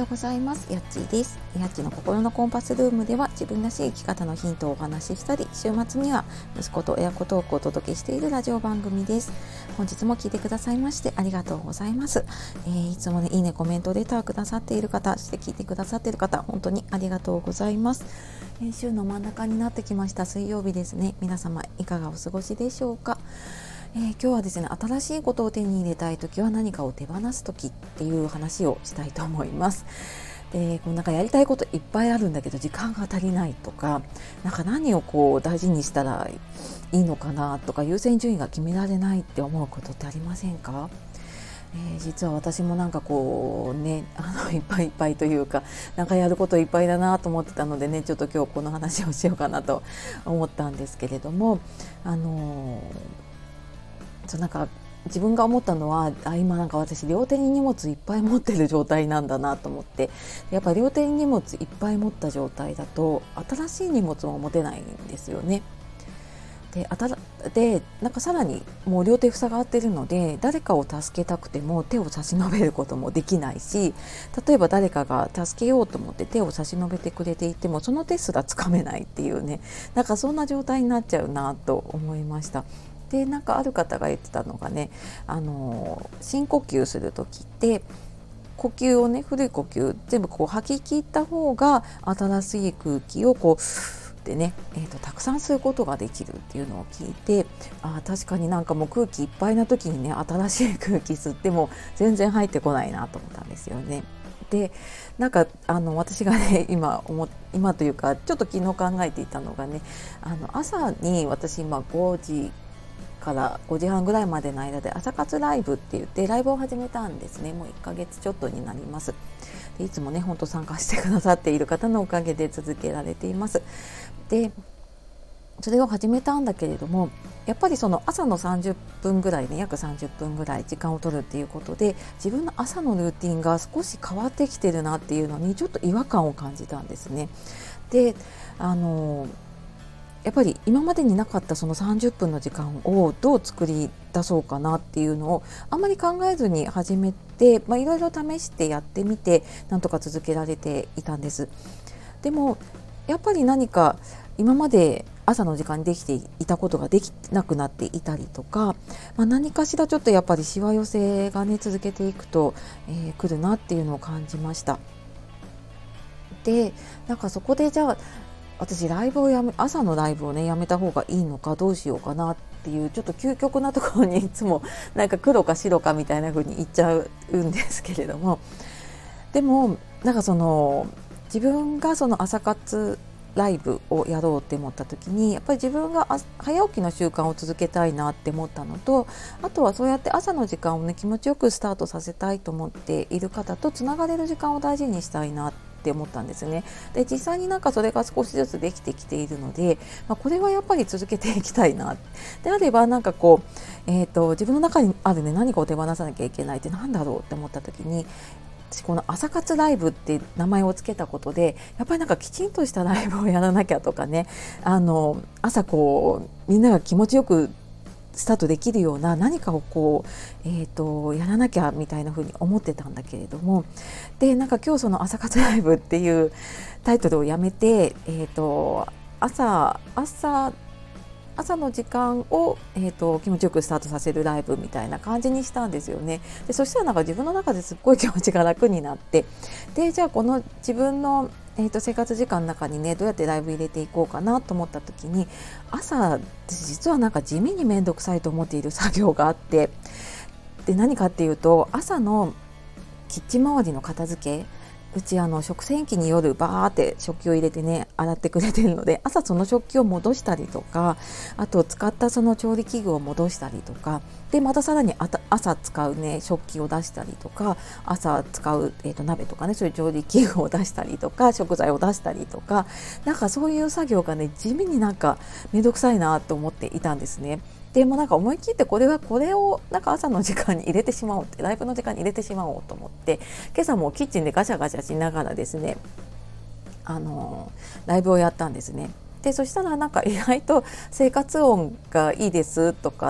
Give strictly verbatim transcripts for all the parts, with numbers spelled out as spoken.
うございます。やっちーです。やっちの心のコンパスルームでは自分らしい生き方のヒントをお話ししたり、週末には息子と親子トークをお届けしているラジオ番組です。本日も聞いてくださいましてありがとうございます。えー、いつもねいいねコメントレターくださっている方、そして聞いてくださっている方、本当にありがとうございます。えー、週の真ん中になってきました。水曜日ですね。皆様いかがお過ごしでしょうか。えー、今日はですね、新しいことを手に入れたいときは何かを手放すときっていう話をしたいと思います。で、こうなんかやりたいこといっぱいあるんだけど時間が足りないとか、なんか何をこう大事にしたらいいのかなとか、優先順位が決められないって思うことってありませんか？えー、実は私もなんかこうね、あのいっぱいいっぱいというか、なんかやることいっぱいだなと思ってたのでね、ちょっと今日この話をしようかなと思ったんですけれども、あのーそうなんか自分が思ったのは、あ今なんか私両手に荷物いっぱい持ってる状態なんだなと思って、やっぱり両手に荷物いっぱい持った状態だと新しい荷物も持てないんですよね。で、あたらでなんかさらにもう両手塞がってるので、誰かを助けたくても手を差し伸べることもできないし、例えば誰かが助けようと思って手を差し伸べてくれていてもその手すらつかめないっていうね、なんかそんな状態になっちゃうなと思いました。で、なんかある方が言ってたのがね、あの深呼吸する時って呼吸をね、古い呼吸全部こう吐き切った方が新しい空気をこうでね、えーと、たくさん吸うことができるっていうのを聞いて、あ確かになんかもう空気いっぱいな時にね、新しい空気吸っても全然入ってこないなと思ったんですよね。で、なんかあの私がね今思今というかちょっと昨日考えていたのがね、あの朝に私今ごじからごじはんぐらいまでの間で朝活ライブって言ってライブを始めたんですね。もういっかげつちょっとになります。で、いつもね本当参加してくださっている方のおかげで続けられています。で、それを始めたんだけれども、やっぱりその朝のさんじゅっぷんぐらいね、約さんじゅっぷんぐらい時間を取るっていうことで、自分の朝のルーティンが少し変わってきてるなっていうのにちょっと違和感を感じたんですね。で、あのやっぱり今までになかったそのさんじゅっぷんの時間をどう作り出そうかなっていうのをあまり考えずに始めて、まあ、いろいろ試してやってみてなんとか続けられていたんです。でもやっぱり何か今まで朝の時間にできていたことができなくなっていたりとか、まあ、何かしらちょっとやっぱりしわ寄せがね続けていくと、えー、来るなっていうのを感じました。で、なんかそこでじゃあ私ライブをやめ朝のライブをねやめた方がいいのかどうしようかなっていう、ちょっと究極なところにいつもなんか黒か白かみたいな風に言っちゃうんですけれども、でもなんかその自分がその朝活ライブをやろうって思った時に、やっぱり自分が早起きの習慣を続けたいなって思ったのと、あとはそうやって朝の時間をね気持ちよくスタートさせたいと思っている方とつながれる時間を大事にしたいなって思ったんですね。で、実際になんかそれが少しずつできてきているので、まあ、これはやっぱり続けていきたいなであれば、なんかこう、えーと、自分の中にあるね何かを手放さなきゃいけないってなんだろうって思った時に、私この朝活ライブって名前をつけたことで、やっぱりなんかきちんとしたライブをやらなきゃとかね、あの朝こうみんなが気持ちよくスタートできるような何かをこう、えーと、やらなきゃみたいな風に思ってたんだけれども、でなんか今日その朝活ライブっていうタイトルをやめて、えーと、朝朝朝の時間を、えーと、気持ちよくスタートさせるライブみたいな感じにしたんですよね。で、そしたらなんか自分の中ですっごい気持ちが楽になって、でじゃあこの自分の、えーと、生活時間の中にねどうやってライブ入れていこうかなと思った時に、朝実はなんか地味にめんどくさいと思っている作業があって、で何かっていうと、朝のキッチン周りの片付け、うちあの食洗機に夜バーって食器を入れてね洗ってくれてるので、朝その食器を戻したりとか、あと使ったその調理器具を戻したりとかで、またさらにあた朝使うね食器を出したりとか、朝使う、えーと鍋とかね、そういう調理器具を出したりとか、食材を出したりとか、なんかそういう作業がね地味になんかめんどくさいなと思っていたんですね。でもなんか思い切ってこれはこれをなんか朝の時間に入れてしまおうって、ライブの時間に入れてしまおうと思って、今朝もキッチンでガチャガチャしながらですね、あのライブをやったんですね。でそしたらなんか意外と生活音がいいですとか、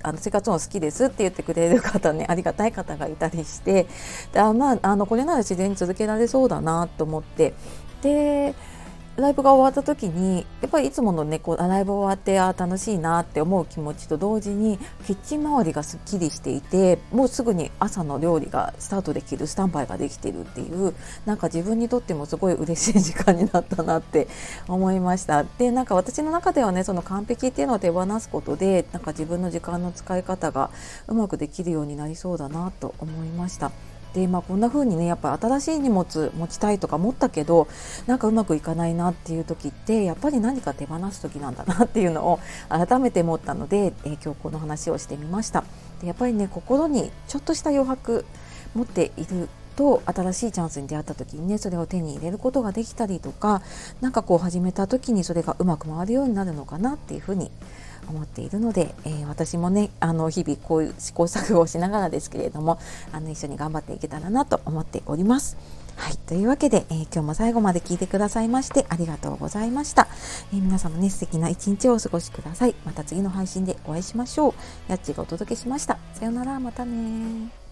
あの生活音好きですって言ってくれる方ね、ありがたい方がいたりして、であ、まあ、あのこれなら自然に続けられそうだなと思って、でライブが終わった時にやっぱりいつものねこうライブ終わってあ楽しいなって思う気持ちと同時にキッチン周りがすっきりしていて、もうすぐに朝の料理がスタートできるスタンバイができているっていう、なんか自分にとってもすごい嬉しい時間になったなって思いました。でなんか私の中ではねその完璧っていうのを手放すことでなんか自分の時間の使い方がうまくできるようになりそうだなと思いました。でまあ、こんな風にねやっぱ新しい荷物持ちたいとか思ったけどなんかうまくいかないなっていう時ってやっぱり何か手放す時なんだなっていうのを改めて思ったので、えー、今日この話をしてみました。でやっぱりね心にちょっとした余白持っていると新しいチャンスに出会った時にねそれを手に入れることができたりとか、なんかこう始めた時にそれがうまく回るようになるのかなっていうふうに思っているので、えー、私もねあの日々こういう試行錯誤をしながらですけれどもあの一緒に頑張っていけたらなと思っております。はい、というわけで、えー、今日も最後まで聞いてくださいましてありがとうございました。えー、皆様ね素敵な一日をお過ごしください。また次の配信でお会いしましょう。やっちがお届けしました。さよなら、またね。